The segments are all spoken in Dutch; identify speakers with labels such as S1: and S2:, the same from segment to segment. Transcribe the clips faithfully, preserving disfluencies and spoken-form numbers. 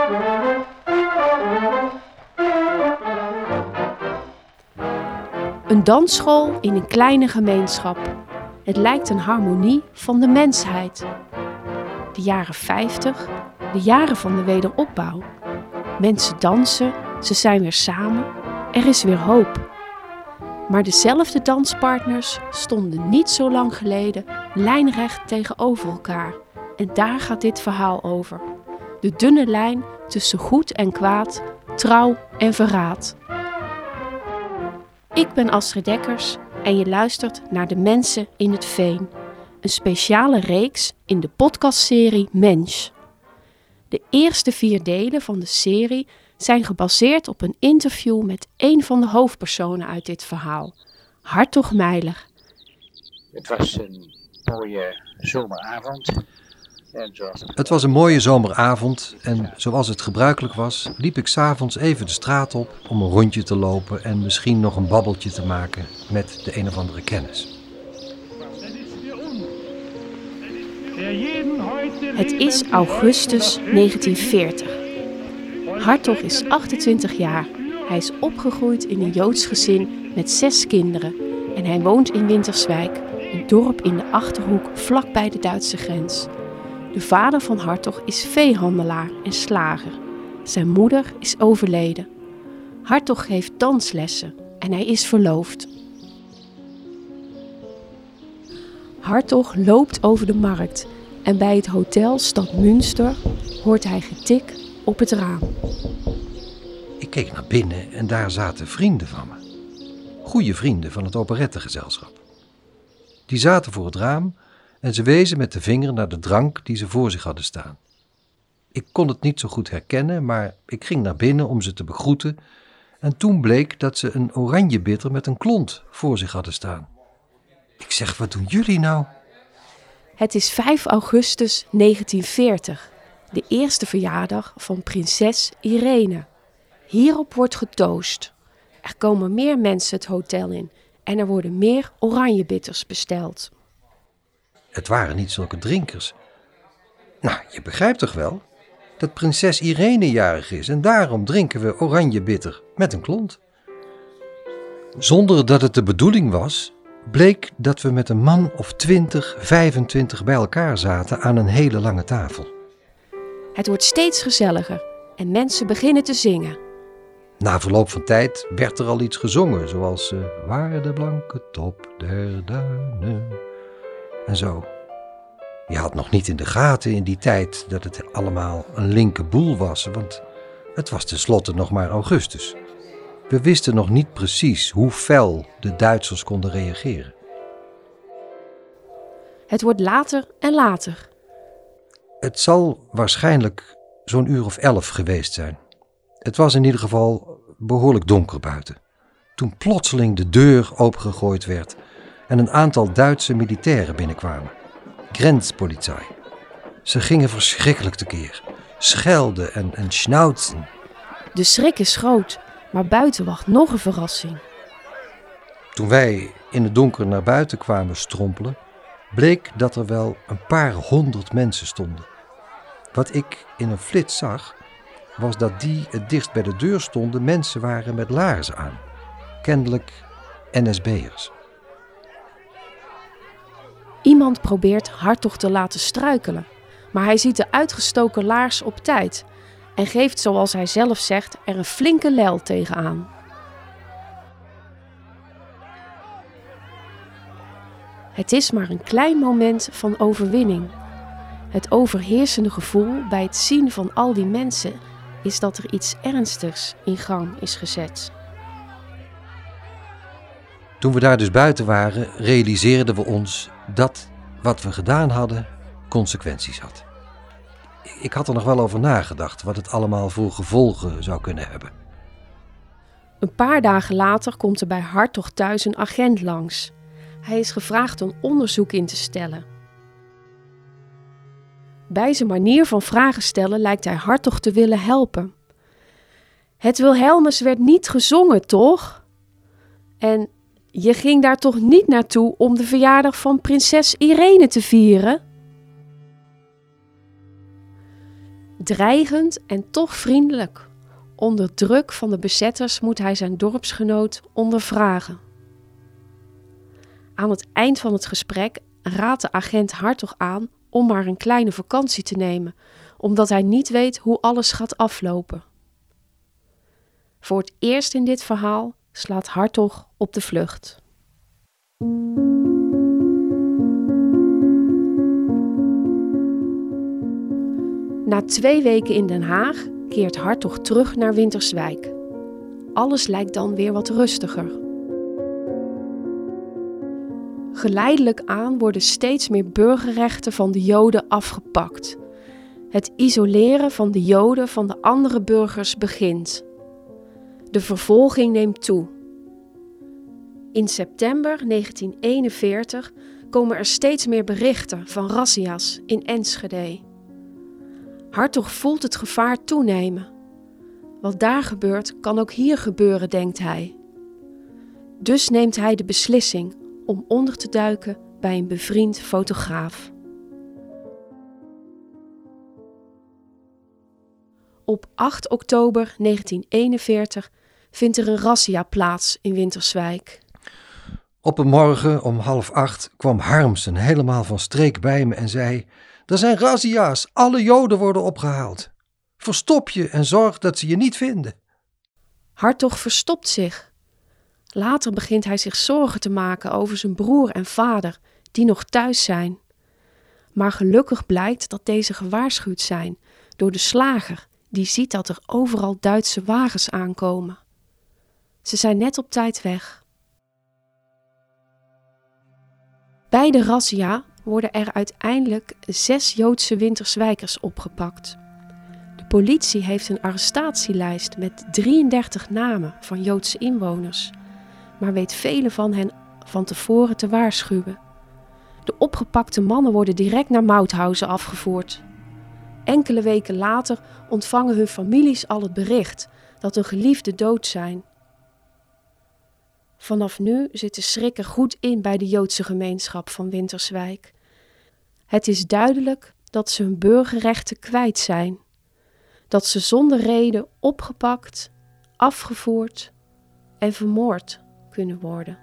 S1: Een dansschool in een kleine gemeenschap. Het lijkt een harmonie van de mensheid. De jaren vijftig, de jaren van de wederopbouw. Mensen dansen, ze zijn weer samen, er is weer hoop. Maar dezelfde danspartners stonden niet zo lang geleden lijnrecht tegenover elkaar. En daar gaat dit verhaal over. De dunne lijn tussen goed en kwaad, trouw en verraad. Ik ben Astrid Dekkers en je luistert naar De Mensen in het Veen. Een speciale reeks in de podcastserie Mensch. De eerste vier delen van de serie zijn gebaseerd op een interview met een van de hoofdpersonen uit dit verhaal, Hartog Meiler.
S2: Het was een mooie zomeravond. En zoals het...
S3: het was een mooie zomeravond en zoals het gebruikelijk was, liep ik 's avonds even de straat op om een rondje te lopen en misschien nog een babbeltje te maken met de een of andere kennis.
S1: Het is augustus negentien veertig. Hartog is achtentwintig jaar. Hij is opgegroeid in een Joods gezin met zes kinderen en hij woont in Winterswijk, een dorp in de Achterhoek vlakbij de Duitse grens. De vader van Hartog is veehandelaar en slager. Zijn moeder is overleden. Hartog geeft danslessen en hij is verloofd. Hartog loopt over de markt en bij het hotel Stad Münster hoort hij getik op het raam.
S3: Ik keek naar binnen en daar zaten vrienden van me. Goeie vrienden van het operettegezelschap. Die zaten voor het raam en ze wezen met de vinger naar de drank die ze voor zich hadden staan. Ik kon het niet zo goed herkennen, maar ik ging naar binnen om ze te begroeten en toen bleek dat ze een oranjebitter met een klont voor zich hadden staan. Ik zeg, wat doen jullie nou?
S1: Het is vijf augustus negentien veertig, de eerste verjaardag van prinses Irene. Hierop wordt getoost. Er komen meer mensen het hotel in en er worden meer oranjebitters besteld.
S3: Het waren niet zulke drinkers. Nou, je begrijpt toch wel dat prinses Irene jarig is en daarom drinken we oranjebitter met een klont. Zonder dat het de bedoeling was, bleek dat we met een man of twintig, vijfentwintig bij elkaar zaten aan een hele lange tafel.
S1: Het wordt steeds gezelliger en mensen beginnen te zingen.
S3: Na verloop van tijd werd er al iets gezongen, zoals uh, waar de blanke top der duinen en zo. Je had nog niet in de gaten in die tijd dat het allemaal een linke boel was, want het was tenslotte nog maar augustus. We wisten nog niet precies hoe fel de Duitsers konden reageren.
S1: Het wordt later en later.
S3: Het zal waarschijnlijk zo'n uur of elf geweest zijn. Het was in ieder geval behoorlijk donker buiten. Toen plotseling de deur opengegooid werd en een aantal Duitse militairen binnenkwamen. Grenzpolizei. Ze gingen verschrikkelijk tekeer. Schelden en, en schnauzen.
S1: De schrik is groot, maar buiten wacht nog een verrassing.
S3: Toen wij in het donker naar buiten kwamen strompelen, bleek dat er wel een paar honderd mensen stonden. Wat ik in een flits zag, was dat die het dichtst bij de deur stonden mensen waren met laarzen aan. Kennelijk N S B'ers.
S1: Iemand probeert Hartog te laten struikelen, maar hij ziet de uitgestoken laars op tijd en geeft, zoals hij zelf zegt, er een flinke lel tegenaan. Het is maar een klein moment van overwinning. Het overheersende gevoel bij het zien van al die mensen is dat er iets ernstigs in gang is gezet.
S3: Toen we daar dus buiten waren, realiseerden we ons dat wat we gedaan hadden consequenties had. Ik had er nog wel over nagedacht wat het allemaal voor gevolgen zou kunnen hebben.
S1: Een paar dagen later komt er bij Hartog thuis een agent langs. Hij is gevraagd een onderzoek in te stellen. Bij zijn manier van vragen stellen lijkt hij Hartog te willen helpen. Het Wilhelmus werd niet gezongen, toch? En je ging daar toch niet naartoe om de verjaardag van prinses Irene te vieren? Dreigend en toch vriendelijk. Onder druk van de bezetters moet hij zijn dorpsgenoot ondervragen. Aan het eind van het gesprek raadt de agent Hartog aan om maar een kleine vakantie te nemen, omdat hij niet weet hoe alles gaat aflopen. Voor het eerst in dit verhaal slaat Hartog op de vlucht. Na twee weken in Den Haag keert Hartog terug naar Winterswijk. Alles lijkt dan weer wat rustiger. Geleidelijk aan worden steeds meer burgerrechten van de Joden afgepakt. Het isoleren van de Joden van de andere burgers begint. De vervolging neemt toe. In september negentien eenenveertig komen er steeds meer berichten van razzia's in Enschede. Hartog voelt het gevaar toenemen. Wat daar gebeurt, kan ook hier gebeuren, denkt hij. Dus neemt hij de beslissing om onder te duiken bij een bevriend fotograaf. Op acht oktober negentien eenenveertig vindt er een razzia plaats in Winterswijk.
S3: Op een morgen om half acht kwam Harmsen helemaal van streek bij me en zei: er zijn razzia's, alle Joden worden opgehaald. Verstop je en zorg dat ze je niet vinden.
S1: Hartog verstopt zich. Later begint hij zich zorgen te maken over zijn broer en vader, die nog thuis zijn. Maar gelukkig blijkt dat deze gewaarschuwd zijn door de slager, die ziet dat er overal Duitse wagens aankomen. Ze zijn net op tijd weg. Bij de razzia worden er uiteindelijk zes Joodse Winterswijkers opgepakt. De politie heeft een arrestatielijst met drieëndertig namen van Joodse inwoners, maar weet vele van hen van tevoren te waarschuwen. De opgepakte mannen worden direct naar Mauthausen afgevoerd. Enkele weken later ontvangen hun families al het bericht dat hun geliefden dood zijn. Vanaf nu zit de schrik er goed in bij de Joodse gemeenschap van Winterswijk. Het is duidelijk dat ze hun burgerrechten kwijt zijn. Dat ze zonder reden opgepakt, afgevoerd en vermoord kunnen worden.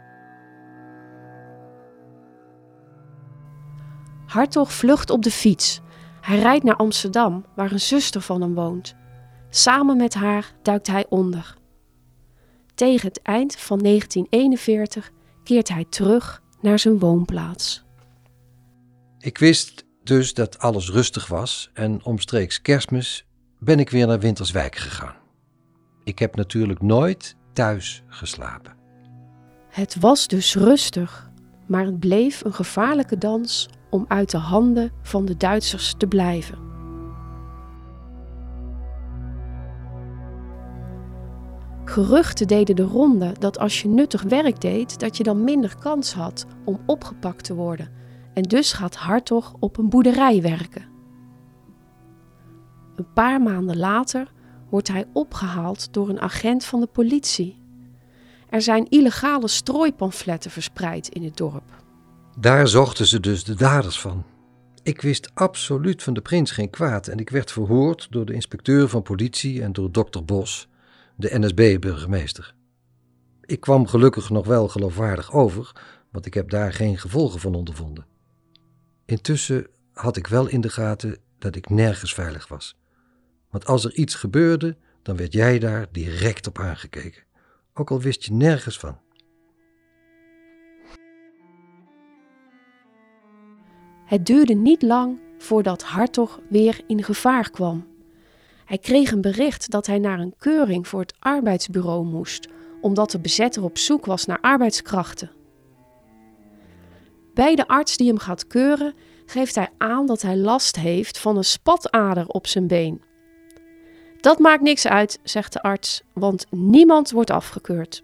S1: Hartog vlucht op de fiets. Hij rijdt naar Amsterdam, waar een zuster van hem woont. Samen met haar duikt hij onder. Tegen het eind van negentien eenenveertig keert hij terug naar zijn woonplaats.
S3: Ik wist dus dat alles rustig was en omstreeks Kerstmis ben ik weer naar Winterswijk gegaan. Ik heb natuurlijk nooit thuis geslapen.
S1: Het was dus rustig, maar het bleef een gevaarlijke dans om uit de handen van de Duitsers te blijven. Geruchten deden de ronde dat als je nuttig werk deed, dat je dan minder kans had om opgepakt te worden. En dus gaat Hartog op een boerderij werken. Een paar maanden later wordt hij opgehaald door een agent van de politie. Er zijn illegale strooipamfletten verspreid in het dorp.
S3: Daar zochten ze dus de daders van. Ik wist absoluut van de prins geen kwaad en ik werd verhoord door de inspecteur van politie en door dokter Bos, de N S B-burgemeester. Ik kwam gelukkig nog wel geloofwaardig over, want ik heb daar geen gevolgen van ondervonden. Intussen had ik wel in de gaten dat ik nergens veilig was. Want als er iets gebeurde, dan werd jij daar direct op aangekeken. Ook al wist je nergens van.
S1: Het duurde niet lang voordat Hartog weer in gevaar kwam. Hij kreeg een bericht dat hij naar een keuring voor het arbeidsbureau moest, omdat de bezetter op zoek was naar arbeidskrachten. Bij de arts die hem gaat keuren, geeft hij aan dat hij last heeft van een spatader op zijn been. Dat maakt niks uit, zegt de arts, want niemand wordt afgekeurd.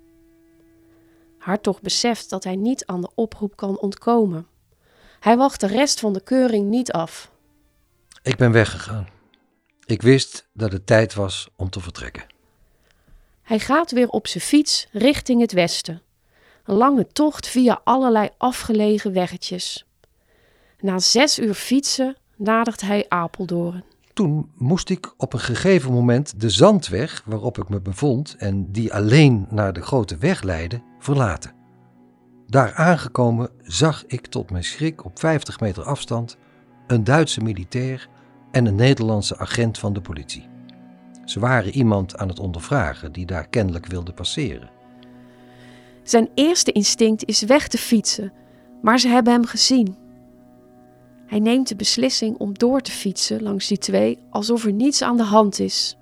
S1: Hartog beseft dat hij niet aan de oproep kan ontkomen. Hij wacht de rest van de keuring niet af.
S3: Ik ben weggegaan. Ik wist dat het tijd was om te vertrekken.
S1: Hij gaat weer op zijn fiets richting het westen. Een lange tocht via allerlei afgelegen weggetjes. Na zes uur fietsen nadert hij Apeldoorn.
S3: Toen moest ik op een gegeven moment de zandweg waarop ik me bevond en die alleen naar de grote weg leidde, verlaten. Daar aangekomen zag ik tot mijn schrik op vijftig meter afstand een Duitse militair en een Nederlandse agent van de politie. Ze waren iemand aan het ondervragen die daar kennelijk wilde passeren.
S1: Zijn eerste instinct is weg te fietsen, maar ze hebben hem gezien. Hij neemt de beslissing om door te fietsen langs die twee alsof er niets aan de hand is.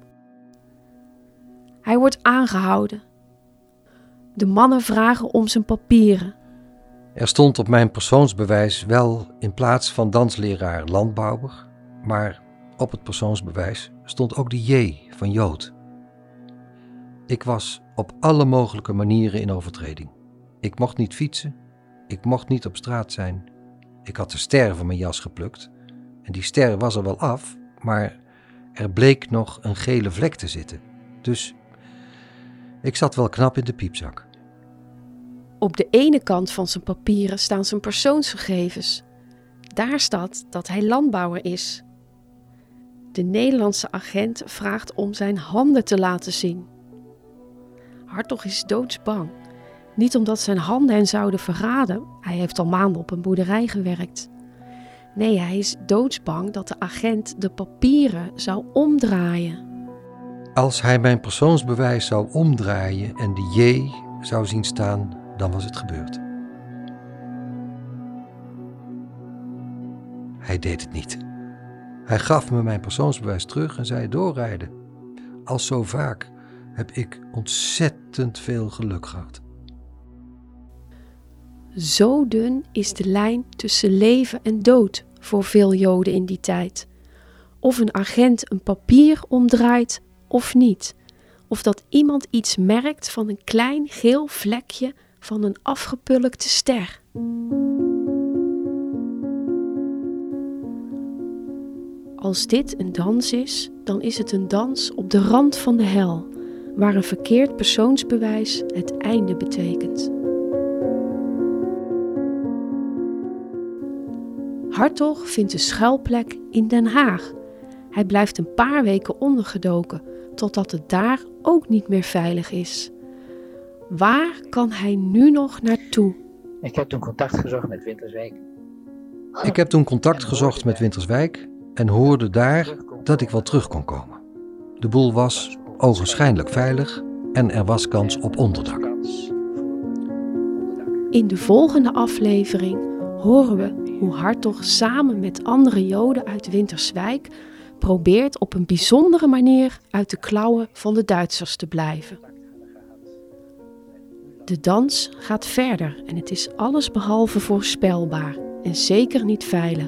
S1: Hij wordt aangehouden. De mannen vragen om zijn papieren.
S3: Er stond op mijn persoonsbewijs wel in plaats van dansleraar landbouwer, maar op het persoonsbewijs stond ook de J van Jood. Ik was op alle mogelijke manieren in overtreding. Ik mocht niet fietsen, ik mocht niet op straat zijn. Ik had de ster van mijn jas geplukt en die ster was er wel af, maar er bleek nog een gele vlek te zitten. Dus ik zat wel knap in de piepzak.
S1: Op de ene kant van zijn papieren staan zijn persoonsgegevens. Daar staat dat hij landbouwer is. De Nederlandse agent vraagt om zijn handen te laten zien. Hartog is doodsbang. Niet omdat zijn handen hen zouden verraden. Hij heeft al maanden op een boerderij gewerkt. Nee, hij is doodsbang dat de agent de papieren zou omdraaien.
S3: Als hij mijn persoonsbewijs zou omdraaien en de J zou zien staan, dan was het gebeurd. Hij deed het niet. Hij gaf me mijn persoonsbewijs terug en zei doorrijden. Als zo vaak heb ik ontzettend veel geluk gehad.
S1: Zo dun is de lijn tussen leven en dood voor veel Joden in die tijd. Of een agent een papier omdraait of niet. Of dat iemand iets merkt van een klein geel vlekje van een afgepulkte ster. Als dit een dans is, dan is het een dans op de rand van de hel, waar een verkeerd persoonsbewijs het einde betekent. Hartog vindt een schuilplek in Den Haag. Hij blijft een paar weken ondergedoken, totdat het daar ook niet meer veilig is. Waar kan hij nu nog naartoe?
S2: Ik heb toen contact gezocht met Winterswijk.
S3: Ik heb toen contact gezocht met Winterswijk en hoorde daar dat ik wel terug kon komen. De boel was ogenschijnlijk veilig en er was kans op onderdak.
S1: In de volgende aflevering horen we hoe Hartog samen met andere Joden uit Winterswijk probeert op een bijzondere manier uit de klauwen van de Duitsers te blijven. De dans gaat verder en het is allesbehalve voorspelbaar en zeker niet veilig.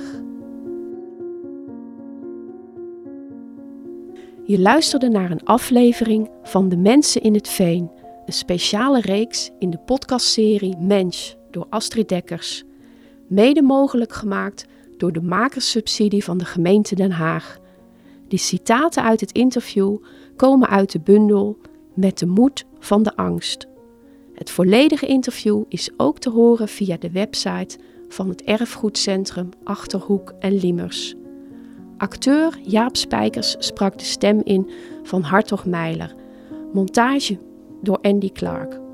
S1: Je luisterde naar een aflevering van De Mensen in het Veen, een speciale reeks in de podcastserie Mensch door Astrid Dekkers. Mede mogelijk gemaakt door de makerssubsidie van de gemeente Den Haag. Die citaten uit het interview komen uit de bundel Met de moed van de angst. Het volledige interview is ook te horen via de website van het Erfgoedcentrum Achterhoek en Liemers. Acteur Jaap Spijkers sprak de stem in van Hartog Meiler. Montage door Andy Clark.